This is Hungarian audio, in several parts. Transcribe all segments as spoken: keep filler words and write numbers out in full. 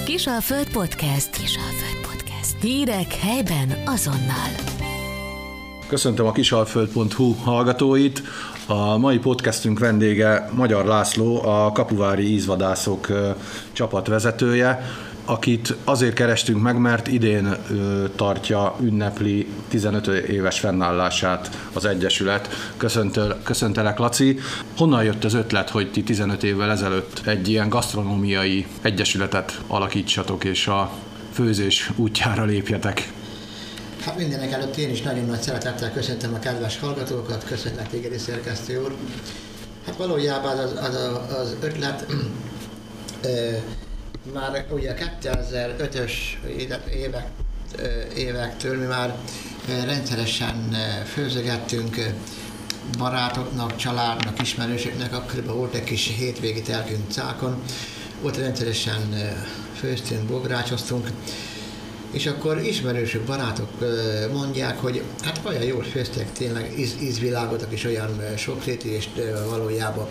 Kisalföld Podcast. Kisalföld Podcast. Hírek helyben azonnal. Köszöntöm a kisalföld pont hu hallgatóit. A mai podcastünk vendége Magyar László, a kapuvári ízvadászok csapatvezetője, akit azért kerestünk meg, mert idén tartja, ünnepli tizenöt éves fennállását az Egyesület. Köszöntel, köszöntelek, Laci. Honnan jött az ötlet, hogy ti tizenöt évvel ezelőtt egy ilyen gasztronómiai egyesületet alakítsatok, és a főzés útjára lépjetek? Hát mindenek előtt én is nagyon nagy szeretettel köszöntöm a kedves hallgatókat, köszönlek téged is, szerkesztő úr. Hát valójában az, az, az ötlet e, már ugye a kétezer-ötös évek, évektől mi már rendszeresen főzögettünk barátoknak, családnak, ismerősöknek, akkoriban volt egy kis hétvégi telkünk Cákon, ott rendszeresen főztünk, bográcsoztunk, és akkor ismerősök, barátok mondják, hogy hát olyan jól főztek, tényleg íz, ízvilágotok is olyan sokrétű, és valójában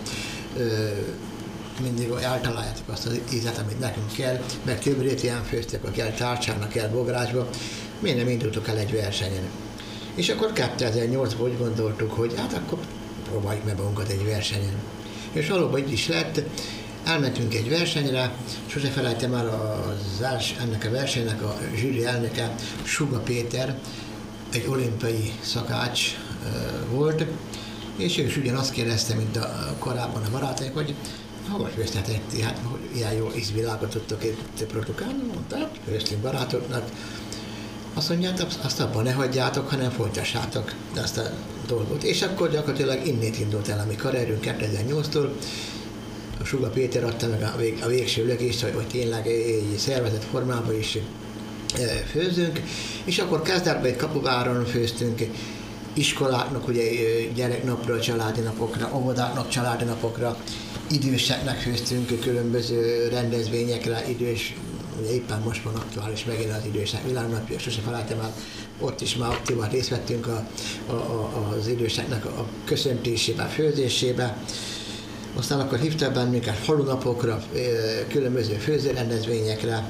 mindig eltaláljátok azt az ízet, amit nekünk kell, meg több rétűen főztek, a kell tárcsának, kell bográcsba, miért nem indultuk el egy versenyen. És akkor kétezer-nyolcban úgy gondoltuk, hogy hát akkor próbáljuk meg magunkat egy versenyen. És valóban így is lett, elmentünk egy versenyre, sose felejtem el az, ennek a versenynek a zsűri elnöke, Suga Péter, egy olimpiai szakács volt, és ő is ugyanazt kérdezte, mint a, korábban a barátaink, hogy hol főztetek ti, hát hogy ilyen jó ízvilágot tudtok itt produkálni, mondta, hát főztünk barátoknak. Azt mondja, azt abban ne hagyjátok, hanem folytassátok azt a dolgot. És akkor gyakorlatilag innét indult el a mi karrierünk kétezer-nyolctól. A Suga Péter adta meg a, vég, a végső lökést, hogy, hogy tényleg egy szervezett formában is főzünk, és akkor kezdetben egy Kapuváron főztünk, iskoláknak, ugye gyereknapra, családi napokra, óvodáknak, családi napokra, időseknek főztünk különböző rendezvényekre, idős, ugye éppen most van aktuális megint az idősek világnapja, sose felejtem el, ott is már aktívan részt vettünk a, a, a, az időseknek a köszöntésébe, főzésébe. Aztán akkor hívtak bennünket falunapokra, különböző főzőrendezvényekre,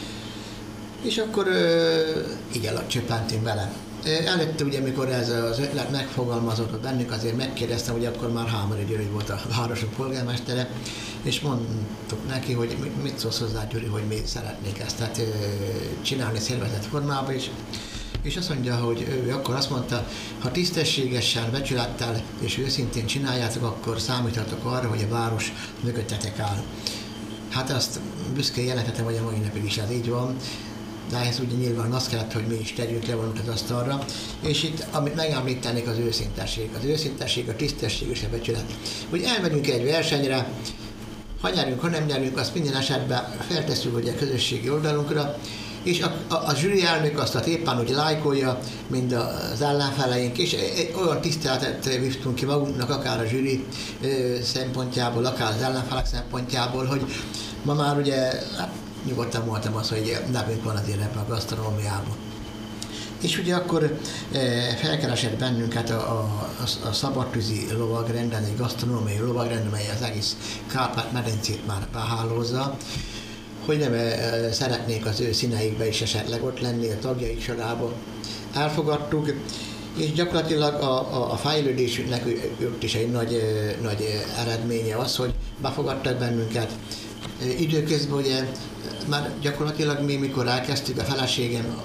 és akkor így elcsöppentünk bele. Előtte ugye, mikor ez az ötlet megfogalmazott bennünk, azért megkérdeztem, hogy akkor már Hámori Gyuri volt a városunk polgármestere, és mondtuk neki, hogy mit szólsz hozzá, Gyuri, hogy mi szeretnék ezt tehát, csinálni szervezett formában is. És azt mondja, hogy ő akkor azt mondta, ha tisztességesen, becsülettel és őszintén csináljátok, akkor számíthatok arra, hogy a város mögöttetek áll. Hát azt büszkén jelenthetem, hogy a mai napig is ez így van, de ehhez ugye nyilván azt kellett, hogy mi is tegyünk le valamit az asztalra, és itt, amit megemlítenék, az őszintesség. Az őszintesség, a tisztesség és a becsület. Hogy elmegyünk egy versenyre, ha nyerünk, ha nem nyerünk, azt minden esetben feltesszük ugye a közösségi oldalunkra, és a, a, a zsűri elnök azt éppen úgy lájkolja, mint az ellenfeleink, és egy olyan tiszteletet vívtunk ki magunknak, akár a zsűri szempontjából, akár az ellenfelek szempontjából, hogy ma már ugye hát, nyugodtan mondtam azt, hogy nevünk van azért ebben a gasztronómiában. És ugye akkor felkeresett bennünket a, a, a szabadtűzi lovagrenden, egy gasztronómiai lovagrend, mely az egész Kárpát-medencét már behálózza, hogy nem e, szeretnék az ő színeikbe is esetleg ott lenni, a tagjaik sorában. Elfogadtuk, és gyakorlatilag a, a, a fejlődésünknek ott is egy nagy, nagy eredménye az, hogy befogadtak bennünket. Időközben ugye már gyakorlatilag mi, mikor elkezdtük, a feleségem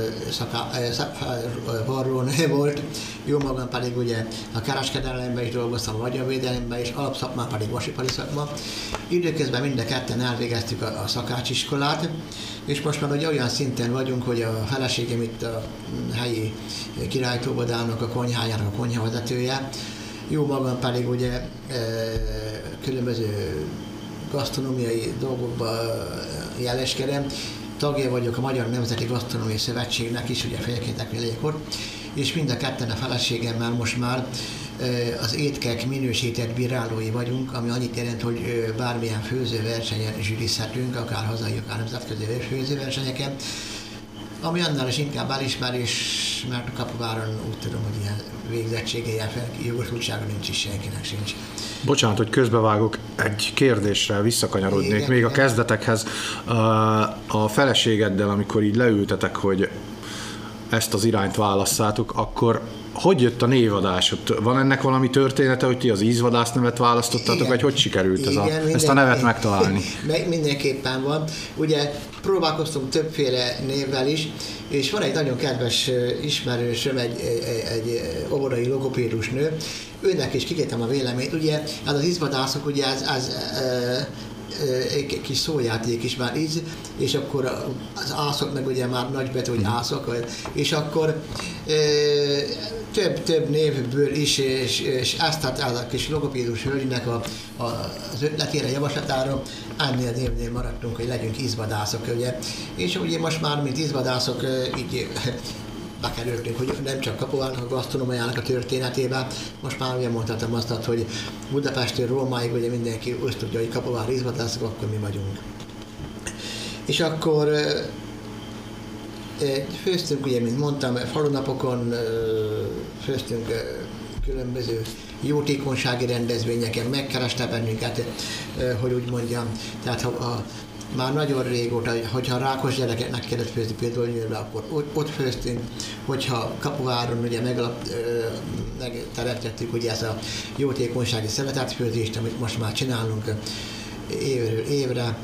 varrón volt, jó magam pedig ugye a kereskedelemben is dolgoztam, a vagyonvédelemben is, alapszakmán pedig vasipari szakma. Időközben mind a ketten elvégeztük a, a szakácsiskolát, és most már ugye olyan szinten vagyunk, hogy a feleségem itt a helyi királytóbodának a konyhájának a konyhavezetője, jó magam pedig ugye különböző gasztronómiai dolgokban jeleskedem. Tagja vagyok a Magyar Nemzeti Gasztronómiai Szövetségnek is, ugye fejekétek vagyok ott, és mind a ketten a feleségemmel most már az étkek minősített bírálói vagyunk, ami annyit jelent, hogy bármilyen főzőversenyen zsűrizhetünk, akár hazai, akár nemzetközi főzőversenyeken, ami annál is inkább elismerés, mert a Kapuváron úgy tudom, hogy ilyen végzettsége, ilyen jogosultsága nincs is, senkinek sincs. Bocsánat, hogy közbevágok. egy kérdésre visszakanyarodnék, igen, még igen. a kezdetekhez. A feleségeddel, amikor így leültetek, hogy ezt az irányt válasszátok, akkor hogy jött a névadás? Van ennek valami története, hogy ti az ízvadász nevet választottátok, igen. vagy hogy sikerült ez igen, a, ezt a nevet megtalálni? Mindenképpen van. Ugye próbálkoztunk többféle névvel is, és van egy nagyon kedves ismerősöm, egy, egy, egy óvodai logopédus nő, őnek is kikértem a véleményt. Ugye az az ízvadászok, ugye az, az e, egy kis szójáték is már íz, és akkor az ászok meg ugye már nagybetű, hogy ászok, és akkor e, több, több névből is, és, és ezt hát az a kis logopédus hölgynek a, a, az ötletére, javaslatára ennél névnél maradtunk, hogy legyünk ízvadászok, ugye. És ugye most már, mint ízvadászok, így bekerültünk, hogy nem csak Kapuvárnak, a gasztronómiának a történetében, most már ugye mondhatom azt, hogy Budapestről Rómáig ugye mindenki azt tudja, hogy Kapuvár ízvadászok, akkor mi vagyunk. És akkor főztünk, ugye, mint mondtam, falunapokon főztünk különböző jótékonysági rendezvényeken, megkereste bennünket, hogy úgy mondjam, tehát ha a már nagyon régóta, hogyha rákos gyerekeknek kellett főzni például Győrbe, akkor ott, ott főztünk, hogyha Kapuváron ugye megteremtettük ugye ezt a jótékonysági szeretetfőzést, amit most már csinálunk évről évre,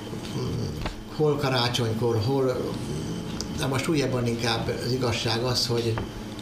hol karácsonykor, hol, de most újabban inkább az igazság az, hogy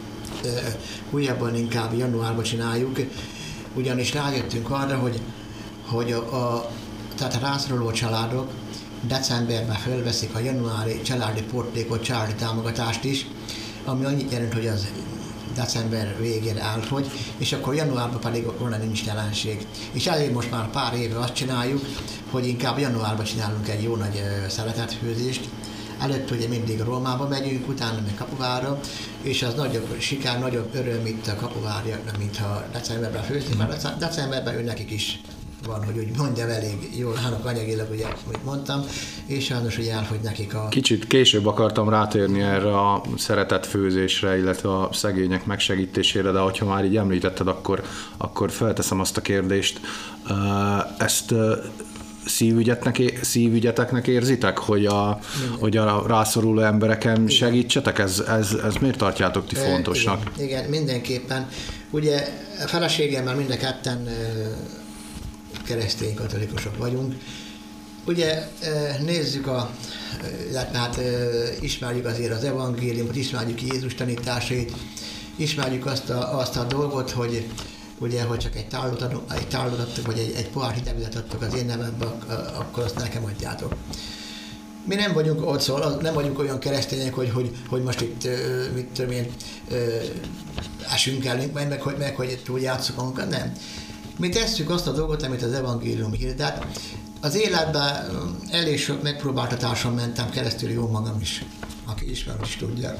újabban inkább januárban csináljuk, ugyanis rájöttünk arra, hogy, hogy a, a, tehát a rászoruló családok decemberben felveszik a januári családi portékot, családi támogatást is, ami annyit jelent, hogy az december végén elfogy, és akkor januárban pedig volna nincs jelenség. És ezért most már pár éve azt csináljuk, hogy inkább januárban csinálunk egy jó nagy szeretetfőzést. Előtt ugye mindig Rómába megyünk, utána meg Kapuvárra, és az nagyobb siker, nagyobb öröm itt a kapuvárjaknak, mintha decemberben főzni, mert decemberben ő nekik is van, hogy úgy mondjam, elég jól állnak anyagilag, ugye, amit mondtam, és sajnos, hogy elfogy nekik a... Kicsit később akartam rátérni erre a szeretetfőzésre, illetve a szegények megsegítésére, de hogyha már így említetted, akkor, akkor felteszem azt a kérdést. Ezt szívügyetnek, szívügyeteknek érzitek, hogy a, hogy a rászoruló embereken igen. segítsetek? Ez, ez, ez miért tartjátok ti fontosnak? Igen, igen, mindenképpen. Ugye a feleségemmel mind a ketten keresztény katolikusok vagyunk. Ugye nézzük a, hát ismerjük azért az evangéliumot, ismerjük Jézus tanításait, ismerjük azt a, azt a dolgot, hogy ugye, hogy csak egy tálót adok, egy tálót adtok, vagy egy, egy pohár hidegvizet adtok az én nevembe, akkor azt nekem adjátok. Mi nem vagyunk ott, szóval nem vagyunk olyan keresztények, hogy, hogy, hogy most itt, mit tudom én, esünk elünk, meg, meg, meg hogy túl játsszuk magunkat, nem. Mi tesszük azt a dolgot, amit az evangélium hirdet. Az életben elég sok megpróbáltatáson mentem keresztül, jó magam is, aki ismer, is tudja.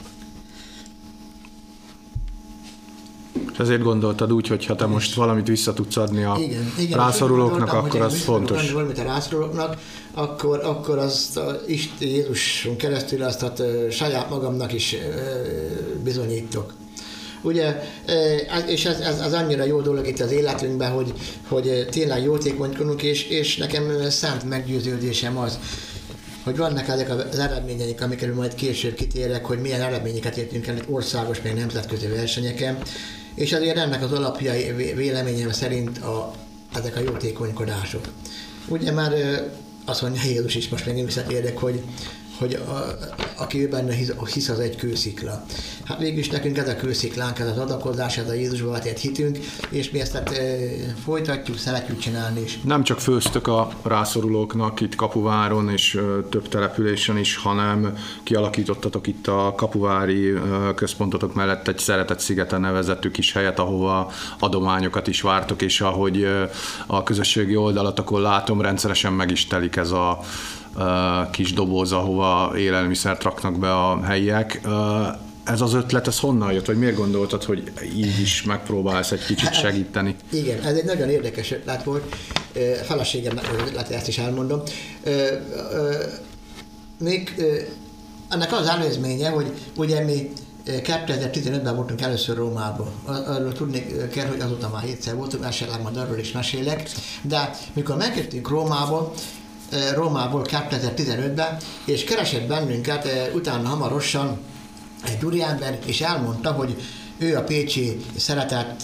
És ezért gondoltad úgy, hogy ha te most valamit vissza tudsz adni a igen, igen, rászorulóknak, akkor az fontos. Ha valamit a rászorulóknak, akkor, akkor azt Isten Jézuson keresztül azt hát, saját magamnak is bizonyítok. Ugye, és ez, ez, ez annyira jó dolog itt az életünkben, hogy, hogy tényleg jótékonykodunk, és, és nekem szent meggyőződésem az, hogy vannak ezek az eredményeink, amikről majd később kitérek, hogy milyen eredményeket értünk el országos, meg nemzetközi versenyeken, és azért ennek az alapjai véleményem szerint a, ezek a jótékonykodások. Ugye már azt mondja Jézus is, most megint visszatérek, hogy hogy a, aki ő benne hisz, hisz, az egy kőszikla. Hát végülis nekünk ez a kősziklánk, ez az adakozás, ez a Jézusba vetett hitünk, és mi ezt hát, e, folytatjuk, szeretjük csinálni is. Nem csak főztök a rászorulóknak itt Kapuváron és ö, több településen is, hanem kialakítottatok itt a kapuvári ö, központotok mellett egy Szeretet-szigeten nevezetű kis helyet, ahova adományokat is vártok, és ahogy ö, a közösségi oldalatokon látom, rendszeresen meg is telik ez a kis doboz, ahova élelmiszert raknak be a helyiek. Ez az ötlet, ez honnan jött, vagy miért gondoltad, hogy így is megpróbálsz egy kicsit segíteni? Igen, ez egy nagyon érdekes ötlet volt. Feleségemnek az ötlet, ezt is elmondom. Még ennek az előzménye, hogy ugye mi kétezer-tizenötben voltunk először Rómában. Arról tudni kell, hogy azóta már hétszer voltunk, esetleg majd arról is mesélek. De mikor megjöttünk Rómába, Rómából kétezer-tizenötben, és keresett bennünket utána hamarosan egy úriember, és elmondta, hogy ő a pécsi szeretett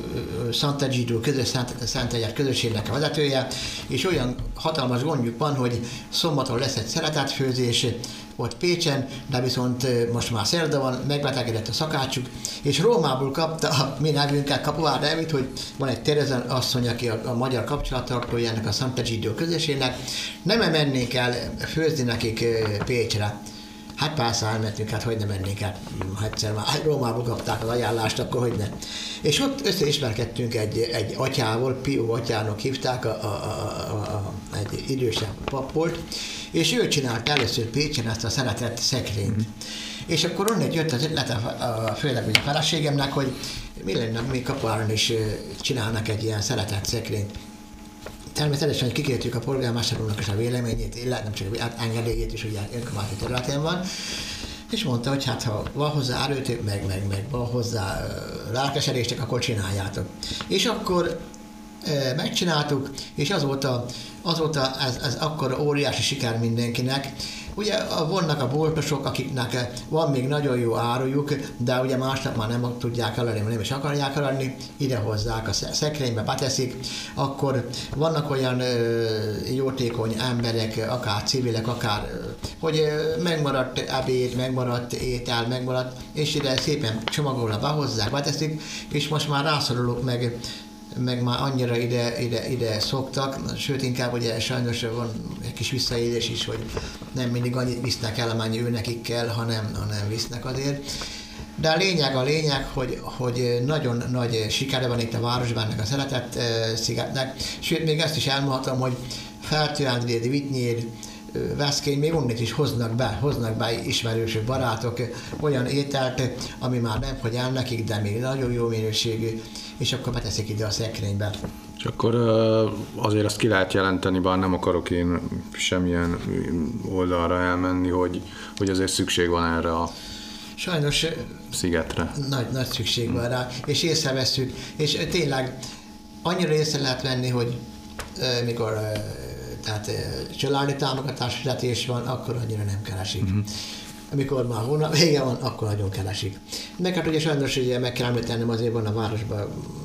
Sant'Egidio közös, Szentegyed közösségnek a vezetője, és olyan hatalmas gondjuk van, hogy szombaton lesz egy szeretetfőzés ott Pécsen, de viszont most már szerda van, megbetegedett a szakácsuk, és Rómából kapta a mi nevünket, Kapuvár nevét, hogy van egy Tereza asszony, aki a, a magyar kapcsolattartója ennek a Sant'Egidio közösségnek, nem mennénk el főzni nekik Pécsre. Hát persze elmentünk, hát hogy ne mennénk el, ha egyszer már Rómából kapták az ajánlást, akkor hogy ne. És ott összeismerkedtünk egy, egy atyával, Pio atyának hívták, a, a, a, a, egy idősebb pap volt, és ő csinált először Pécsen ezt a szeretett szekrényt. Mm. És akkor onnan jött az ötlet, a, főleg a feleségemnek, hogy mi lenne, mi Kapuáron is csinálnak egy ilyen szeretett szekrényt. Természetesen, hogy kikértük a polgármester úrnak is a véleményét, illetve nem csak engedélyét is, ugye önkormányzati területén van, és mondta, hogy hát ha van hozzá erőtök, meg, meg, meg van hozzá lelkesedéstek, akkor csináljátok. És akkor e, megcsináltuk, és azóta, azóta ez, ez akkor óriási siker mindenkinek. Ugye vannak a boltosok, akiknek van még nagyon jó árujuk, de ugye másnap már nem tudják eladni, nem is akarják eladni, ide hozzák a szekrénybe, beteszik, akkor vannak olyan ö, jótékony emberek, akár civilek, akár, hogy megmaradt ebéd, megmaradt étel, megmaradt, és ide szépen csomagolva behozzák, beteszik, és most már rászorulók meg meg már annyira ide, ide, ide szoktak, sőt inkább ugye sajnos van egy kis visszaélés is, hogy nem mindig annyit visznek el, amennyi ő nekik kell, hanem, hanem visznek azért. De a lényeg a lényeg, hogy, hogy nagyon nagy sikere van itt a városban ennek a szeretett uh, szigetnek, sőt még ezt is elmondhatom, hogy Fertőandréd, Vitnyér, Veszkény, még onnét is hoznak be, hoznak be ismerősök, barátok olyan ételt, ami már nem fogy el nekik, de még nagyon jó minőségű, és akkor beteszik ide a szekrénybe. És akkor azért azt ki lehet jelenteni, bár nem akarok én semmilyen oldalra elmenni, hogy, hogy azért szükség van erre a Sajnos szigetre. Nagy, nagy szükség van rá, és észrevesszük, és tényleg annyira észre lehet venni, hogy mikor tehát családi támogatás fizetés van, akkor annyira nem keresik. Uh-huh. Amikor már hónap vége van, akkor nagyon keresik. Meg hát ugye sajnos ugye meg kell említenem, azért van a városban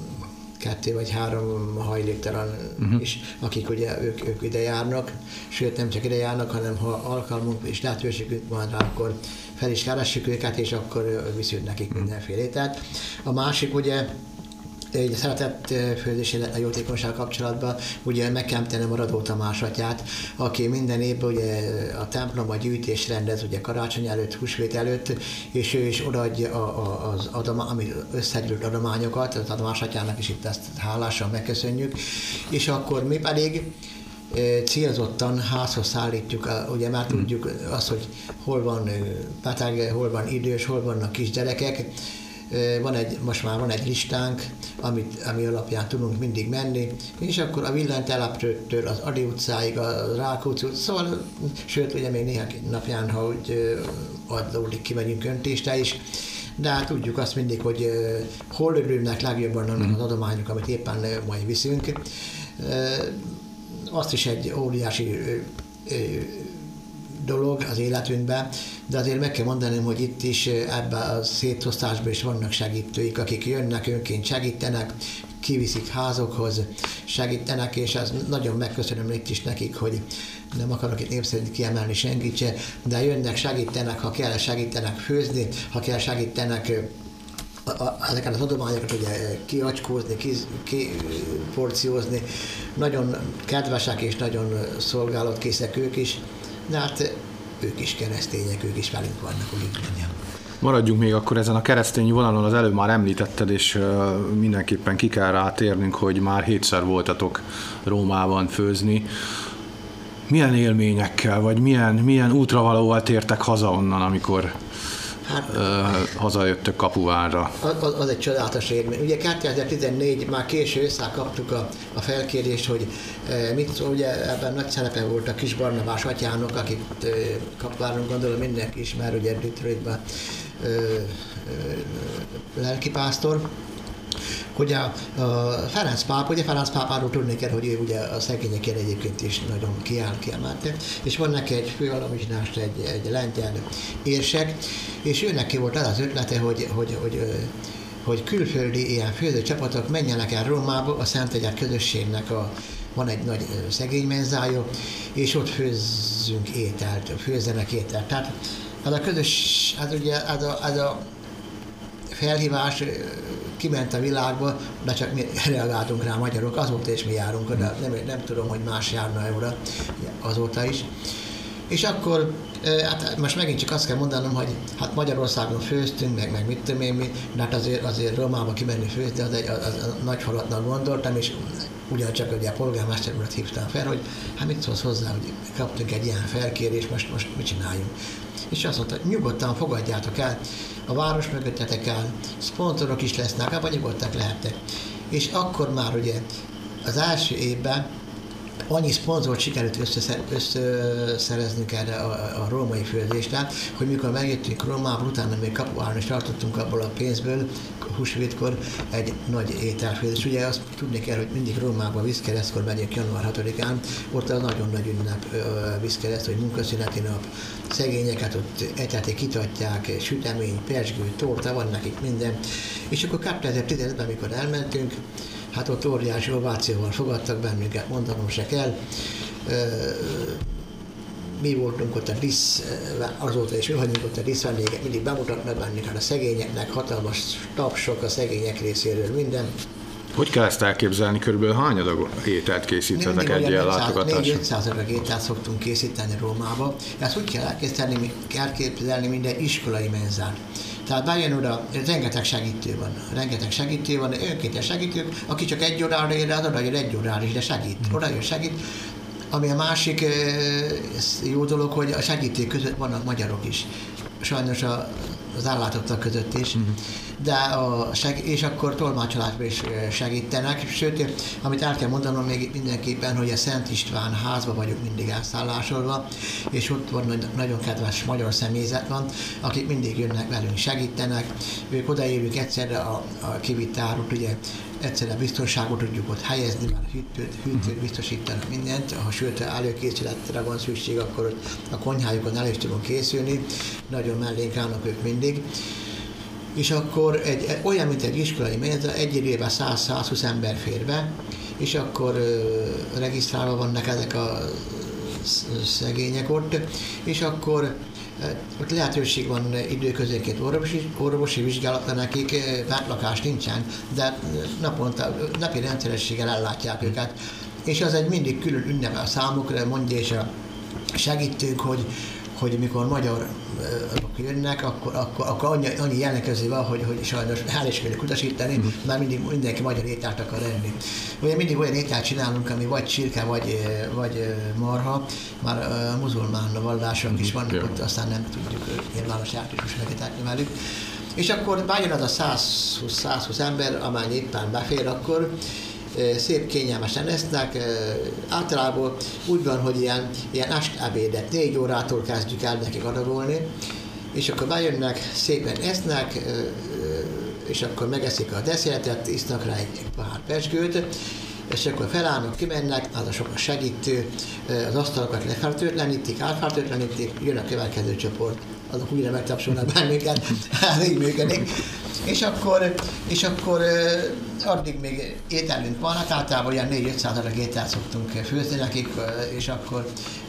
kettő vagy három hajléktalan uh-huh. is, akik ugye ők, ők ide járnak, sőt nem csak ide járnak, hanem ha alkalmunk és lehetőségünk van rá, akkor fel is keressük őket, és akkor viszünk nekik uh-huh. mindenféle ételt. A másik ugye egy szeretett főzési a jótékonyság kapcsolatban, ugye meg kell említenem a Radó Tamás atyát, aki minden évben ugye a templomba gyűjtés rendez, ugye karácsony előtt, húsvét előtt, és ő is odaadja a, a, az adomány, ami összegyűlt adományokat, az Tamás atyának is itt ezt hálásan megköszönjük, és akkor mi pedig célzottan házhoz szállítjuk, ugye már tudjuk azt, hogy hol van beteg, hol van idős, hol vannak kisgyerekek. Van egy, most már van egy listánk, amit, ami alapján tudunk mindig menni, és akkor a villanyteleptől az Adi utcáig, a Rákóczi utcáig, szóval, sőt, ugye még néhány napján, ha úgy adódik, kimegyünk öntésre is, de hát tudjuk azt mindig, hogy hol örülnek legjobban annak az adományok, amit éppen majd viszünk. Azt is egy óriási dolog az életünkben, de azért meg kell mondanom, hogy itt is ebben a szétosztásban is vannak segítőik, akik jönnek, önként segítenek, kiviszik házokhoz, segítenek, és ez nagyon megköszönöm itt is nekik, hogy nem akarok itt népszerűen kiemelni senkit se, de jönnek, segítenek, ha kell, segítenek főzni, ha kell, segítenek ezeket az adományokat ugye kiacskózni, kiporciózni. Nagyon kedvesek és nagyon szolgálatkészek ők is, de hát ők is keresztények, ők is velünk vannak, úgy mondjam. Maradjunk még akkor ezen a keresztény vonalon, az előbb már említetted, és mindenképpen ki kell rátérnünk, hogy már hétszer voltatok Rómában főzni. Milyen élményekkel, vagy milyen, milyen útravalóval tértek haza onnan, amikor hát, hazajöttök Kapuvárra. Az, az egy csodálatos élmény. Ugye kétezer-tizennégy már késő össze kaptuk a, a felkérést, hogy e, mit szól, ugye ebben nagy szerepe volt a Kis Barnabás atyának, akit e, Kapuváron gondolom mindenki ismer, ugye Detroitban e, e, lelkipásztor, hogy a, a Ferenc pápa, ugye Ferenc pápáról tudni kell, hogy ő ugye a szegényekért egyébként is nagyon kiáll, kiemelte, és van neki egy főalamizsnás, egy, egy lengyel érsek, és ő neki volt az az ötlete, hogy, hogy, hogy, hogy külföldi ilyen főző csapatok menjenek el Rómába, a Szentegyár közösségnek a, van egy nagy szegénymenzája, és ott főzzünk ételt, főzzenek ételt. Tehát az a közös, az ugye, az a, az a felhívás kiment a világba, de csak mi reagáltunk rá magyarok, azóta is mi járunk oda, nem, nem tudom, hogy más járna oda azóta is. És akkor, hát most megint csak azt kell mondanom, hogy hát Magyarországon főztünk, meg, meg mit tudom én mi, de hát azért, azért Romába kimenni főzni, az egy az, az nagy falatnak gondoltam, és ugyancsak ugye a polgármester urat hívtam fel, hogy hát mit szólsz hozzá, hogy kaptunk egy ilyen felkérést, most, most mit csináljunk. És azt mondta, nyugodtan fogadjátok el, a város mögöttetek el, szponzorok is lesznek, abban nyugodtak lehettek. És akkor már ugye az első évben annyi szponzort sikerült összeszereznünk erre a, a római főzésre, hogy mikor megjöttünk Rómába, utána még Kapuváron is tartottunk abból a pénzből, húsvétkor egy nagy ételfőzés. Ugye azt tudni kell, hogy mindig Rómába vízkeresztkor megyünk január hatodikán, ott a nagyon nagy ünnep vízkereszt, hogy munkaszüneti nap, szegényeket ott etetik, kitatják, sütemény, pezsgő, torta, van nekik minden. És akkor kétezer-tizenötben, amikor elmentünk, hát ott óriási ovációval fogadtak bennünket, mondanom se kell. Mi voltunk ott a disz, azóta is mi vagyunk ott a diszvendégek, mindig bemutatnak bennünket a szegényeknek, hatalmas tapsok a szegények részéről, minden. Hogy kell ezt elképzelni? Körülbelül hány adag ételt készítetek egy ilyen látogatásra? négy-ötszáz adag ételt szoktunk készíteni Rómába. Ezt úgy kell elképzelni, elképzelni minden iskolai menzát. Tehát bejön oda, rengeteg segítő van, rengeteg segítő van, önkéntes segítők, aki csak egy órára ér, az oda jön egy órára is, de segít, oda jön segít. Ami a másik jó dolog, hogy a segítők között vannak magyarok is. Sajnos a, az állátottak között is, uh-huh. de a seg- és akkor tolmácsolásban is segítenek. Sőt, amit el kell mondanom még mindenképpen, hogy a Szent István házba vagyunk mindig elszállásolva, és ott van nagyon kedves magyar személyzet van, akik mindig jönnek velünk, segítenek. Ők odaérjük egyszerre a, a kivitt árut, ugye egyszerre biztonságot tudjuk ott helyezni, már hűtőt, hűtőt biztosítanak mindent, ha sőt előkészületre van szükség, akkor a konyhájukon el is tudunk készülni, nagyon mellénk állnak ők mindig. És akkor egy, olyan, mint egy iskolai mennyezet, egy évben száz-százhúsz ember fér be, és akkor ö, regisztrálva vannak ezek a szegények ott, és akkor ott lehetőség van időközönként orvosi, orvosi vizsgálatra nekik, lakás nincsen, de naponta, napi rendszerességgel ellátják őket. És az egy mindig külön ünnep a számukra, mondja és a segítők, hogy, hogy mikor magyarok jönnek, akkor, akkor, akkor annyi, annyi jelentkező van, hogy, hogy sajnos el is kell utasítani, uh-huh. mert mindig mindenki magyar ételt akar enni. Ugye mindig olyan ételt csinálunk, ami vagy csirke, vagy, vagy marha, már uh, muzulmán vallások uh-huh. is vannak yeah. ott, aztán nem tudjuk nyilvános jártésmus megetetni velük. És akkor bejön az a száz-húsz ember, amely éppen befér, akkor szép kényelmesen esznek, általában úgy van, hogy ilyen, ilyen ebédet négy órától kezdjük el nekik adagolni, és akkor bejönnek, szépen esznek, és akkor megeszik a desszertet, isznak rá egy pár pezsgőt, és akkor felállnak, kimennek, az a sok a segítő, az asztalokat lefertőtlenítik, átfertőtlenítik, jön a következő csoport, azok újra megtapsolnak bennünket, hát így működik. És akkor, és akkor addig még ételünk van, hát általában olyan négy-ötszáz adag ételt szoktunk főzni nekik, és akkor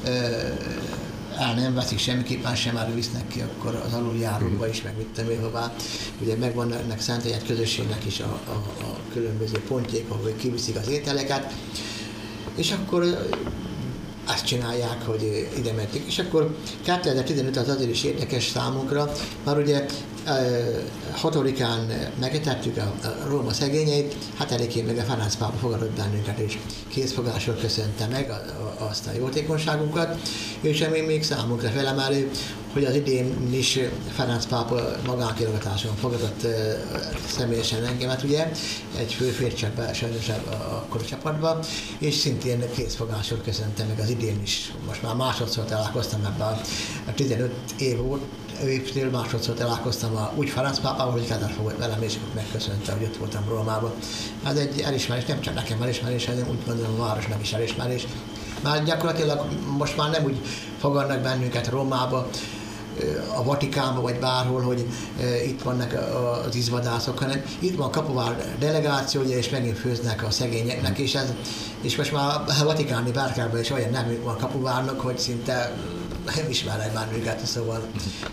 el nem veszik semmiképpen sem, már visznek ki akkor az aluljáróba is, meg mit tudom én hová. Ugye megvan ennek Szentegyed közösségnek is a, a, a különböző pontjék, ahol kiviszik az ételeket. És akkor ezt ezt csinálják, hogy ide mentünk. És akkor kétezer-tizenöt az azért is érdekes számunkra, már ugye hatodikán megetettük a, a Róma szegényeit, hát eléggé meg a Ferenc pápa fogadott bennünket, és készfogásról köszönte meg a, a, azt a jótékonyságunkat, és ami még számunkra felemelő, hogy az idén is Ferenc pápa magánkirogatáson fogadott uh, személyesen engemet, ugye, egy főfércsekbe, sajnos akkor a csapatban, és szintén készfogásról köszönte meg az idén is. Most már másodszor találkoztam ebben a, a tizenöt év volt, évtől másodszor találkoztam a, úgy Ferenc pápával, hogy Kádár fogott velem, és megköszönte, hogy ott voltam Rómában. Ez egy elismerés, nem csak nekem elismerés, hanem úgy gondolom a városnak is elismerés. Már gyakorlatilag most már nem úgy fogadnak bennünket Rómába, a Vatikánban, vagy bárhol, hogy itt vannak az izvadászok, hanem itt van Kapuvár delegációja, és megint főznek a szegényeknek, és, ez, és most már a vatikáni bárkában is olyan nemük van Kapuvárnak, hogy szinte nem ismernek bennünket, szóval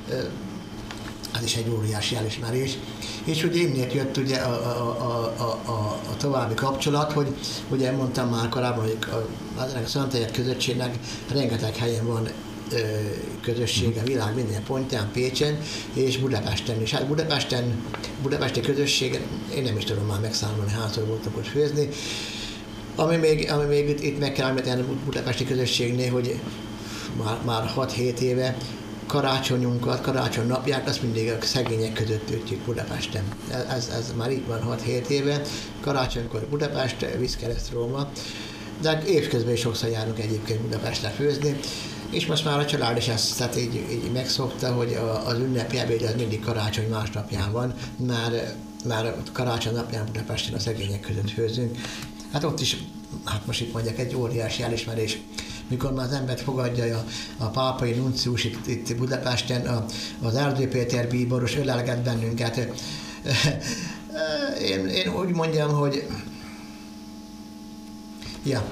ez is egy óriási elismerés. És ugye innét jött ugye a, a, a, a, a további kapcsolat, hogy ugye mondtam már korábban, hogy a, a Szentegyed közösségnek rengeteg helyen van közösség a világ minden pontján, Pécsen és Budapesten is. Hát Budapesten, budapesti közösség, én nem is tudom már megszámolni, hányszor voltunk ott főzni. Ami még, ami még itt, itt meg kell említeni a budapesti közösségnél, hogy már, már hat-hét éve karácsonyunkat, karácsony napját, azt mindig a szegények között töltjük Budapesten. Ez, ez már itt van hat-hét éve. Karácsonykor Budapest, Vízkereszt, Róma, de évközben is sokszor járunk egyébként Budapestre főzni. És most már a család is ezt tehát így, így megszokta, hogy az ünnepi ebéd az mindig karácsony másnapján van, már, már karácsony napján Budapesten a szegények között főzünk. Hát ott is, hát most itt mondják, egy óriási elismerés, mikor már az embert fogadja a, a pápai nuncius itt, itt Budapesten, a, az Erdő Péter bíboros ölelget bennünket. Én, én úgy mondjam, hogy ja,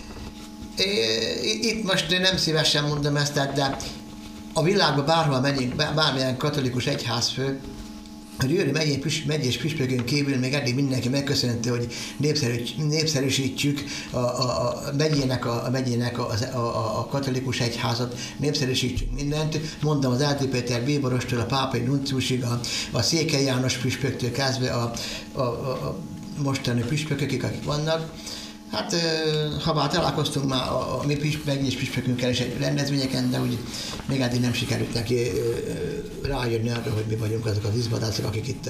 itt most nem szívesen mondom ezt, de a világban bárhol megyünk, bármilyen katolikus egyházfő, a Győri megyés, megyés püspökön kívül még eddig mindenki megköszönte, hogy népszerűsítjük a, a, a megyének, a, a, megyének a, a, a, a katolikus egyházat, népszerűsítjük mindent. Mondtam az Erdő Péter bíborostól a pápai nunciusig, a, a Székely János püspöktől kezdve a, a, a mostani püspökök, akik vannak. Hát, ha már találkoztunk már a, a mi megyés püspökünkkel is egy rendezvényeken, de úgy még eddig nem sikerült neki rájönni arra, hogy mi vagyunk azok az izvadászok, akik itt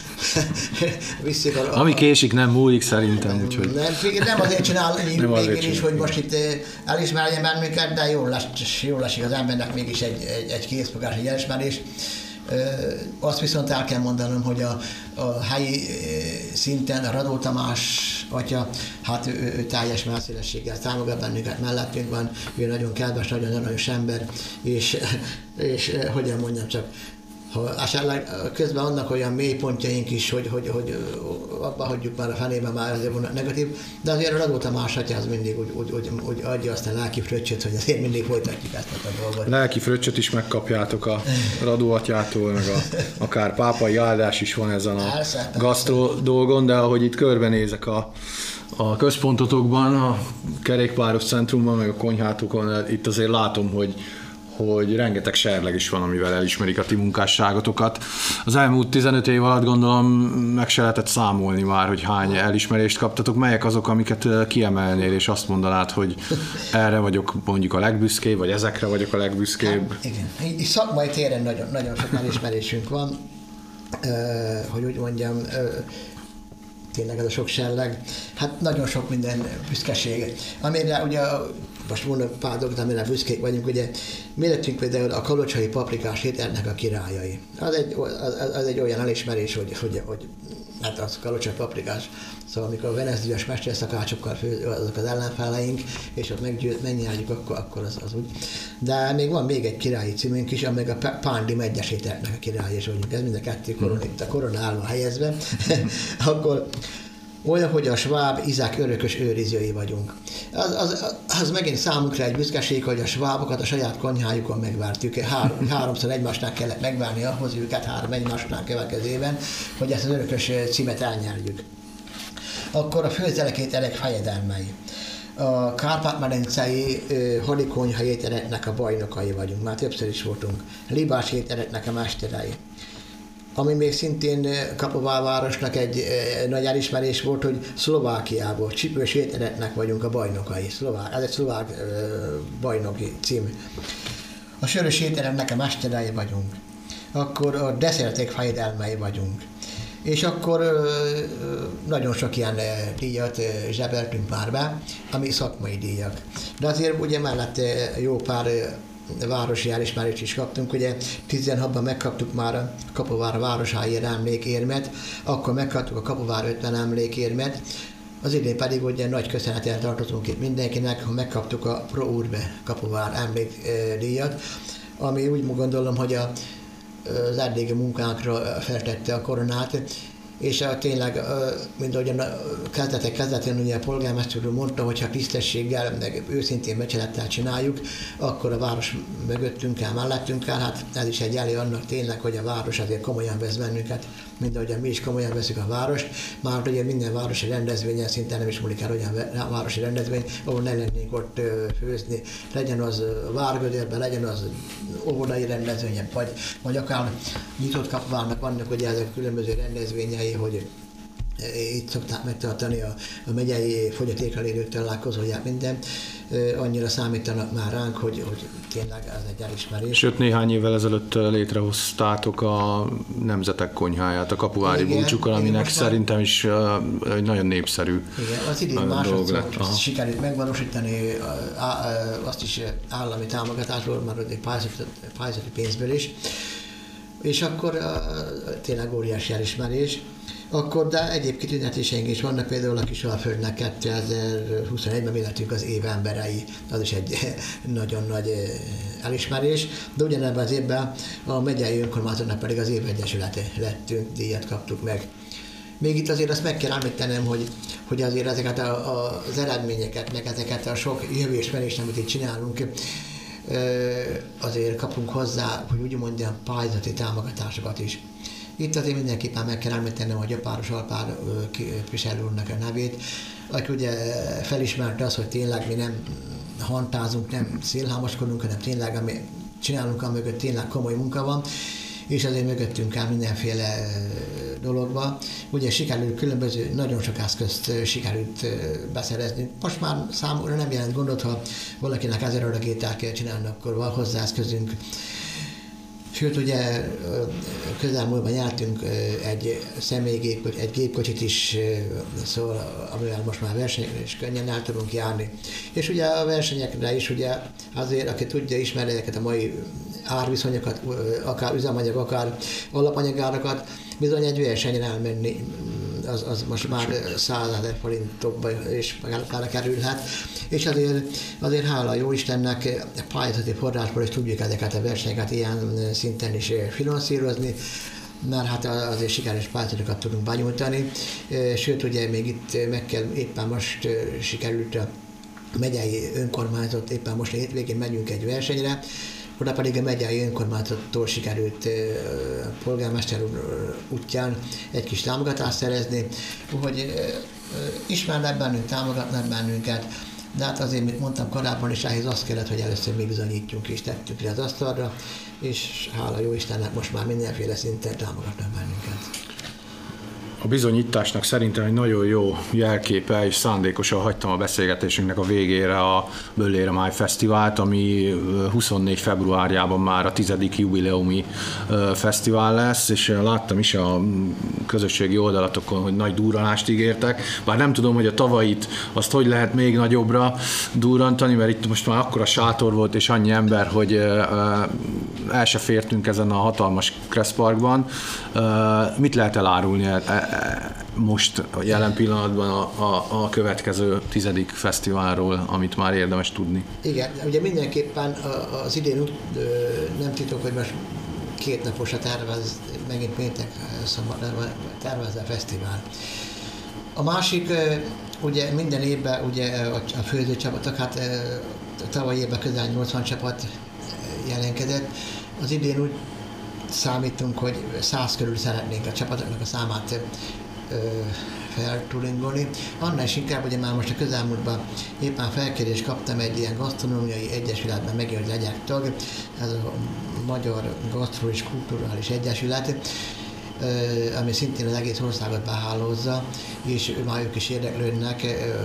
viszik a... Ami késik, nem múlik szerintem, úgyhogy... Nem, nem azért csinálni végén is, hogy most itt elismerjen bennünket, de jól, lesz, jól esik az embernek mégis egy, egy, egy készfogás, egy elismerés. Azt viszont el kell mondanom, hogy a, a helyi szinten a Radó Tamás atya, hát ő, ő teljes messzélességgel támogat bennünket, mellettünk van, ő nagyon kedves, nagyon aranyos ember, és, és hogyan mondjam csak, ha esetleg közben annak olyan mély pontjaink is, hogy, hogy, hogy abba hagyjuk már a fenében, már azért van negatív, de azért a Radó Tamás atya az mindig úgy, úgy, úgy, úgy adja azt a lelki fröccsöt, hogy azért mindig folytatjuk ezt a dolgot. Lelki fröccsöt is megkapjátok a Radó atyától, meg a, akár pápai áldás is van ezen a gasztró dolgon, de ahogy itt körbenézek a, a központotokban, a kerékpáros centrumban, meg a konyhátokon, itt azért látom, hogy hogy rengeteg serleg is van, amivel elismerik a ti munkásságotokat. Az elmúlt tizenöt év alatt gondolom meg se lehetett számolni már, hogy hány elismerést kaptatok. Melyek azok, amiket kiemelnél, és azt mondanád, hogy erre vagyok mondjuk a legbüszkébb, vagy ezekre vagyok a legbüszkébb? Hát, igen. Így szakmai téren nagyon, nagyon sok elismerésünk van, hogy úgy mondjam, tényleg ez a sok serleg. Hát nagyon sok minden büszkeség. Amire ugye most mondok pár dolgot, amire büszkék vagyunk, ugye mi lettünk például a kalocsai paprikás ételnek a királyai. Az egy, az, az egy olyan elismerés, hogy, hogy, hogy hát az kalocsai paprikás, szóval amikor a Velezdíjas mesterszakácsokkal fő, azok az ellenfeleink, és ott megnyerjük, akkor, akkor az, az úgy. De még van még egy királyi címünk is, amely a Pándi megyes ételnek a király, és mondjuk ez mind a kettő korona, itt a koronálva helyezve, akkor olyan, hogy a sváb izák örökös őrizői vagyunk. Az, az, az megint számunkra egy büszkeség, hogy a svábokat a saját konyhájukon megvártuk. Három, háromszor egymásnál kellett megvárni ahhoz őket, három egymásnál következében, hogy ezt az örökös címet elnyerjük. Akkor a főzelekét elég fejedelmei. a Kárpát-medencei hadikonyha ételeknek a bajnokai vagyunk, már többször is voltunk. Libás ételeknek a mesterei. Ami még szintén Kapovár városnak egy nagy elismerés volt, hogy Szlovákiából csípős ételeknek vagyunk a bajnokai. Szlovák, ez egy szlovák bajnoki cím. A sörös ételeknek a mesterei vagyunk. Akkor a desszertek fejedelmei vagyunk. És akkor nagyon sok ilyen díjat zsebeltünk már be, ami szakmai díjak. De azért ugye mellett jó pár városi elismerést is kaptunk, ugye tizenhatban megkaptuk már a Kapovár városáért emlékérmet, akkor megkaptuk a Kapovár ötven emlékérmet, az idén pedig ugye nagy köszönettel tartozunk itt mindenkinek, ha megkaptuk a Pro Urbe Kapovár emlékdíjat, ami úgy gondolom, hogy a az eddigi munkánkra feltette a koronát, és a, tényleg, mint ahogyan a kezdetek kezdetén ugye a polgármester úr mondta, hogy ha tisztességgel, meg őszintén becselettel csináljuk, akkor a város mögöttünk el, mellettünk el, hát ez is egy jelé annak tényleg, hogy a város azért komolyan vesz bennünket, mint ahogyan mi is komolyan veszük a várost, már ugye minden városi rendezvényen szinte nem is múlik el olyan városi rendezvény, ahol ne lennénk ott főzni, legyen az Várgödörben, legyen az óvodai rendezvényen, vagy, vagy akár nyitott Kapovárnak vannak ugye ezek különböző rendezvényei, hogy itt szokták megtartani a, a megyei fogyatékkal élők találkozóját, minden, annyira számítanak már ránk, hogy, hogy tényleg ez egy elismerés. Sőt, néhány évvel ezelőtt létrehoztátok a Nemzetek Konyháját, a kapuvári búcsukkal, aminek szerintem is nagyon népszerű. Igen, az idén másodszor sikerült megvalósítani, azt is állami támogatásból, már egy pályázati pénzből is, és akkor tényleg óriási elismerés. Akkor, de egyéb kitüntetéseink is vannak, például a Kisalföldnek kétezer-huszonegyben mi lettünk az év emberei, az is egy nagyon nagy elismerés, de ugyanebben az évben a megyei önkormányzatnak pedig az évegyesülete lettünk, díjat kaptuk meg. Még itt azért azt meg kell említenem, hogy, hogy azért ezeket a, a, az eredményeket, meg ezeket a sok jövésmerést, amit itt csinálunk, azért kapunk hozzá, hogy úgy mondjam, pályázati támogatásokat is. Itt azért mindenképpen meg kell említenem a Gyapáros Alpár képviselő úrnak a nevét, aki ugye felismerte azt, hogy tényleg mi nem hantázunk, nem szélhámoskodunk, hanem tényleg ami csinálunk, amögött tényleg komoly munka van, és azért mögöttünk áll mindenféle dologba. Ugye sikerült különböző, nagyon sok eszközt sikerült beszerezni. Most már számomra nem jelent gondot, ha valakinek ezer adagételt kell csinálni, akkor van hozzá eszközünk. Sőt, ugye közelmúltban jártunk egy személygép, egy gépkocsit is, szóval, amivel most már versenyekre is könnyen el tudunk járni. És ugye a versenyekre is ugye azért, aki tudja, ismeri ezeket a mai árviszonyokat, akár üzemanyag, akár alapanyagárakat, bizony egy versenyen elmenni, az, az most már százezer forintokba is akár kerülhet. És azért, azért hála jó Istennek pályázati forrásból is tudjuk ezeket a versenyeket ilyen szinten is finanszírozni, mert hát azért sikeres pályázatokat tudunk benyújtani. Sőt, ugye még itt meg kell, éppen most sikerült a megyei önkormányzat, éppen most hétvégén megyünk egy versenyre, oda pedig a megyei önkormányzattól sikerült a polgármester útján egy kis támogatást szerezni, hogy ismernek bennünk, támogatnak bennünket, de hát azért, mint mondtam korábban is, ehhez azt kellett, hogy először mi bizonyítjunk és tettük le az asztalra, és hála jó Istennek most már mindenféle szinten támogatnak bennünket. A bizonyításnak szerintem egy nagyon jó jelképe, és szándékosan hagytam a beszélgetésünknek a végére a Böllére Máj Fesztivált, ami huszonnégy februárjában már a tizedik jubileumi fesztivál lesz, és láttam is a közösségi oldalatokon, hogy nagy durranást ígértek, bár nem tudom, hogy a tavait azt hogy lehet még nagyobbra durrantani, mert itt most már akkora sátor volt, és annyi ember, hogy el se fértünk ezen a hatalmas Kresszparkban. Mit lehet elárulni most a jelen pillanatban a, a, a következő tizedik fesztiválról, amit már érdemes tudni? Igen, ugye mindenképpen az idén nem titok, hogy most két naposra tervez, megint péntek tervez a fesztivál. A másik, ugye minden évben ugye a főző csapatok, hát tavaly évben közel nyolcvan csapat jelenkedett. Az idén úgy számítunk, hogy száz körül szeretnénk a csapatoknak a számát feltulingolni. Annál is inkább, hogy már most a közelmúltban éppen felkérést kaptam egy ilyen gasztronómiai egyesületben megint, hogy legyek tag, ez a Magyar Gasztro és Kulturális Egyesület, ami szintén az egész országot behálózza, és már ők is érdeklődnek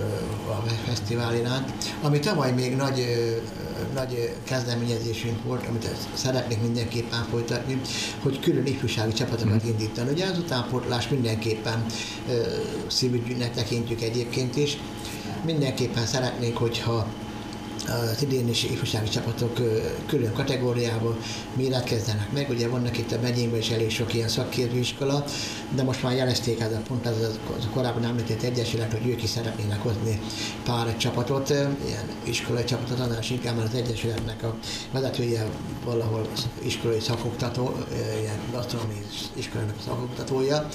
a fesztivál iránt. Ami tavaly még nagy, nagy kezdeményezésünk volt, amit szeretnék mindenképpen folytatni, hogy külön ifjúsági csapatokat indítani. Ugye az utánpótlás mindenképpen szívügyűnek tekintjük egyébként is. Mindenképpen szeretnénk, hogyha az idén is ifjúsági csapatok külön kategóriában méretkezzenek meg. Ugye vannak itt a megyénkben is elég sok ilyen szakképzőiskola, de most már jelezték ez a pont, az a korábban említett egyesület, hogy ők is szeretnének hozni pár csapatot, ilyen iskolai csapatot, annál is inkább, mert az egyesületnek a vezetője valahol iskolai szakoktató, ilyen gasztronómiai iskolának szakoktatója.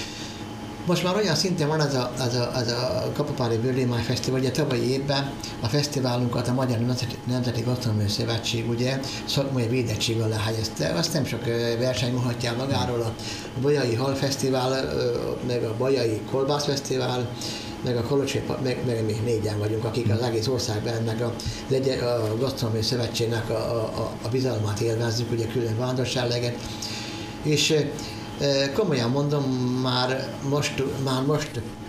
Most már olyan szinten van az a, az a, az a Kapupári Bőrlémány Fesztivál, ugye tavalyi évben a fesztiválunkat a Magyar Nemzeti, Nemzeti Gasztronómiai Szövetség ugye szakmai védettség alá helyezte. Azt nem sok verseny mondhatja magáról, a Bajai Hal Fesztivál, meg a Bajai Kolbász Fesztivál, meg a Kolocsai, meg, meg még négyen vagyunk, akik az egész országban ennek a, a Gasztronómiai Szövetségnek a, a, a bizalmát élvezzük, ugye külön vándorságleget. És komolyan mondom, már most, már most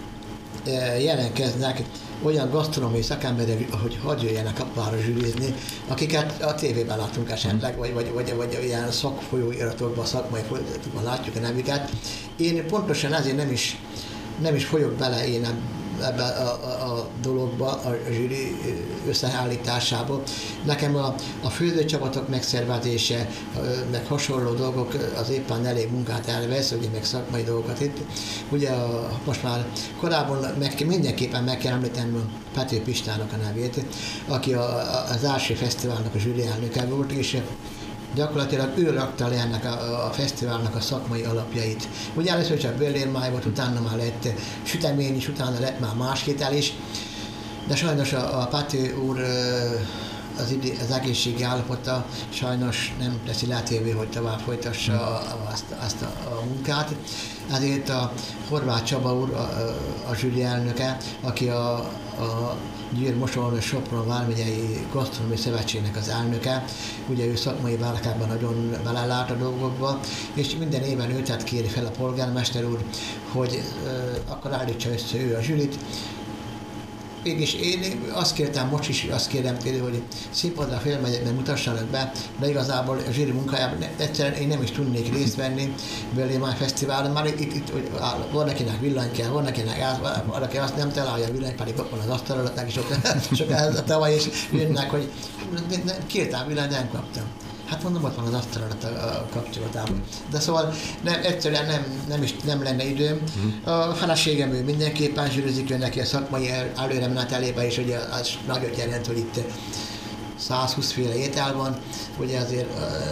jelentkeznek olyan gasztronómiai szakemberek, hogy hadd jöjjenek Kapupára zsűrizni, akiket a tévében látunk esetleg, vagy, vagy, vagy, vagy ilyen szakfolyóiratokban, szakmai folyóiratokban látjuk a nevüket. Én pontosan ezért nem is, nem is folyok bele én ebbe a, a, a dologba, a zsűri összeállításába. Nekem a, a főzőcsapatok megszervezése, meg hasonló dolgok az éppen elég munkát elvesz, ugye meg szakmai dolgokat itt. Ugye a, most már korábban meg, mindenképpen meg kell említeni a Pető Pistának a nevét, aki a, az első fesztiválnak a zsűri elnöke volt, és gyakorlatilag ő rakta le ennek a, a fesztiválnak a szakmai alapjait. Ugye először csak bőrlérmáj volt, utána már lett sütemény is, utána lett már más étel is, de sajnos a, a Pető úr az, idő, az egészségi állapota sajnos nem teszi lehetővé, hogy tovább folytassa a, a, azt, azt a, a munkát. Ezért a Horváth Csaba úr, a, a, a zsűri elnöke, aki a, a Győr, Mosolnő, Sopron vármegyei Gasztronómiai Szövetségnek az elnöke, ugye ő szakmai vállalkában nagyon belelát a dolgokba, és minden évben őt kéri fel a polgármester úr, hogy uh, akkor állítsa össze ő a zsűrit. Mégis én azt kértem, most is azt kérem tőle, hogy színpadra fölmegyek, mert mutassanak be, de igazából a zsűri munkájában egyszerűen én nem is tudnék részt venni Bőrlémány Fesztiválon, már itt, itt, itt áll, van nekinek villany kell, van nekinek gáz, valaki azt nem találja a villany, pedig ott van az asztal alatt, neki sok, sok ez a tavaly is jönnek, hogy kértem villany, nem kaptam. Hát mondom, ott van az asztal alatt a, a kapcsolatában. De szóval nem, egyszerűen nem, nem, is, nem lenne időm. A feleségem ő mindenképpen zsűrizik, ő neki a szakmai előremenetelébe, és ugye az nagyot jelent, hogy itt százhúsz féle étel van. Ugye azért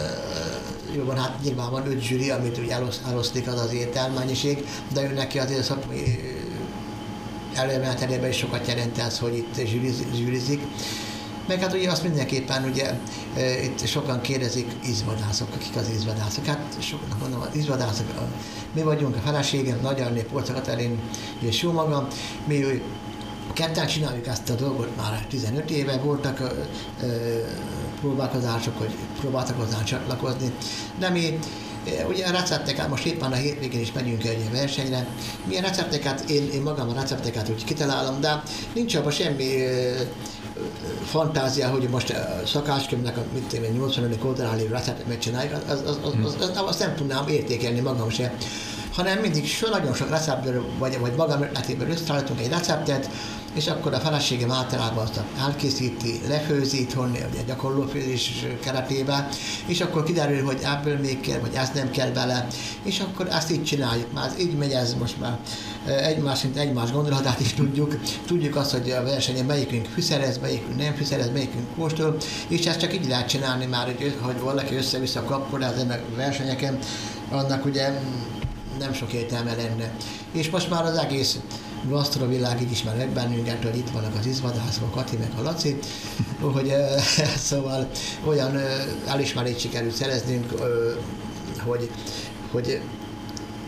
jó van, hát nyilván van öt zsűri, amit ugye elosztik az az ételmennyiség, de ő neki azért a szakmai előremenetelében is sokat jelent ez, hogy itt zsűrizik. Meg hát ugye azt mindenképpen ugye e, itt sokan kérdezik izvadászok, akik az izvadászok. Hát soknak mondom, az izvadászok, a, mi vagyunk, a feleségem, Nagy Arné, Polca Katalin és jó magam, mi ő, ketten csináljuk ezt a dolgot már tizenöt éve, voltak e, e, próbálkozások, hogy próbáltak hozzánk csatlakozni, de mi ugye a recepteket, most éppen a hétvégén is megyünk egy versenyre, milyen recepteket, én, én magam a recepteket úgy kitalálom, de nincs abban semmi e, fantázia, hogy most a szakácskönyvnek a nyolcvanedik oldalán lévő receptet megcsináljuk, az, az, az, az, az, azt nem tudnám értékelni magam se, hanem mindig so, nagyon sok receptből, vagy, vagy magam ötletéből összeállítunk egy receptet, és akkor a feleségem általában azt elkészíti, lefőzi itthon, ugye gyakorlófőzés keretében, és akkor kiderül, hogy ebből még kell, vagy ez nem kell bele, és akkor ezt így csináljuk. Már így megy ez most már egymás, mint egymás gondolatát is tudjuk. Tudjuk azt, hogy a versenyen melyikünk fűszerez, melyikünk nem fűszerez, melyikünk kóstol, és ezt csak így lehet csinálni már, hogy, hogy valaki össze-vissza kapkod ezen a versenyeken, annak ugye nem sok értelme lenne. És most már az egész gasztrovilág így ismer meg bennünket, hogy itt vannak az izvadászok, a Kati meg a Laci, hogy szóval olyan elismerést sikerült szereznünk, hogy, hogy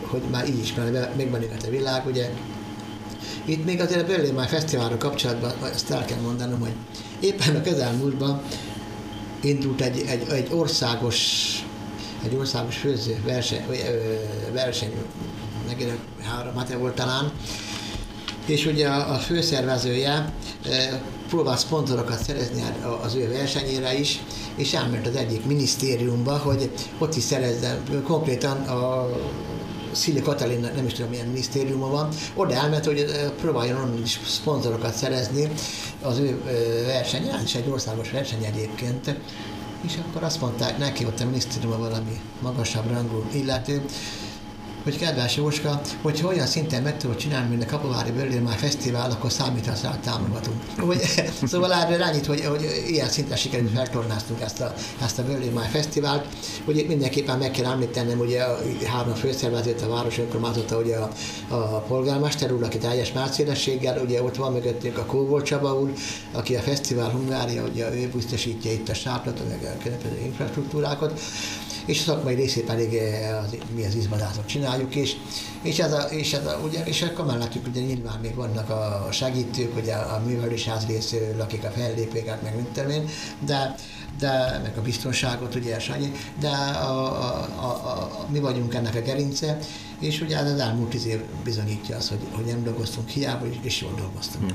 hogy már így ismerni még bennünket a világ, ugye. Itt még azért a Berlin Wine Fesztiválra kapcsolatban azt el kell mondanom, hogy éppen a közelmúltban indult egy, egy, egy országos egy országos főző verseny, verseny megint három hete volt talán, és ugye a, a főszervezője e, próbál szponzorokat szerezni az ő versenyére is, és elment az egyik minisztériumba, hogy ott is szerezzen, konkrétan a Szili Katalin, nem is tudom milyen minisztériuma van, oda elment, hogy próbáljon onnan is szponzorokat szerezni az ő versenyen, és egy országos verseny egyébként. És akkor azt mondták neki, ott a minisztériumban valami magasabb rangú illető, hogy kedves Jóska, hogyha olyan szinten meg tudod csinálni, mint a Kapuvári Berlin Wine Fesztivál, akkor számítasz rá, támogatunk. Hogy, szóval erre rányít, hogy, hogy ilyen szinten sikerült feltornáztunk ezt a, ezt a Berlin Wine Fesztivált. Ugye mindenképpen meg kell említenem, ugye a három főszervezőt, a város önkormányzata, ugye a, a polgármester úr, aki teljes márcélességgel, ugye ott van mögöttünk a Kóvol Csaba úr, aki a Fesztivál Hungária, ugye ő biztosítja itt a sátratot, meg a különböző infrastruktúrákat, és a szakmai részét pedig az, mi az izvadászok csináljuk, és, és, ez a, és, ez a, ugye, és akkor mellettük ugye nyilván még vannak a segítők, ugye a művelősház részéről, akik a fellépéket, meg mint én, de, de meg a biztonságot, ugye Sanyi, de a, a, a, a, mi vagyunk ennek a gerince, és ugye az elmúlt tíz év bizonyítja azt, hogy, hogy nem dolgoztunk hiába, és jól dolgoztunk.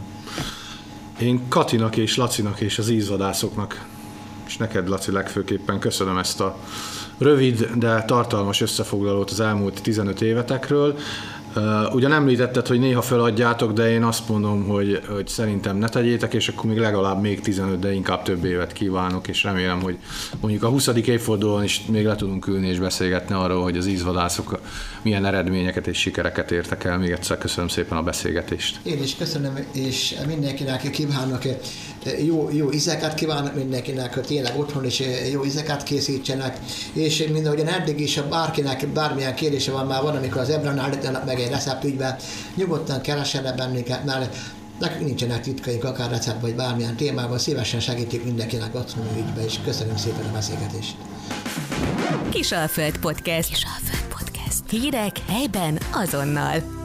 Én Katinak és Lacinak és az ízvadászoknak, és neked, Laci, legfőképpen köszönöm ezt a rövid, de tartalmas összefoglalót az elmúlt tizenöt évetekről. Uh, ugyan említetted, hogy néha feladjátok, de én azt mondom, hogy, hogy szerintem ne tegyétek, és akkor még legalább még tizenöt, de inkább több évet kívánok, és remélem, hogy mondjuk a huszadik évfordulón is még le tudunk ülni és beszélgetni arról, hogy az ízvadászok milyen eredményeket és sikereket értek el. Még egyszer köszönöm szépen a beszélgetést. Én is köszönöm, és mindenkinek kívánok jó, jó ízeket, kívánok mindenkinek, hogy tényleg otthon is jó ízeket készítsenek, és mind ahogyan eddig is, ha bárkinek bármilyen kérdése van, már van, amikor az Ebran állítanak meg egy receptügyben, nyugodtan keressenek bennünket, mert nekünk nincsenek titkaink, akár recept vagy bármilyen témában, szívesen segítjük mindenkinek otthoni ügybe, és köszönöm szépen a beszélgetést. Kisalföld Podcast. Kisalföld Podcast. Hírek helyben azonnal.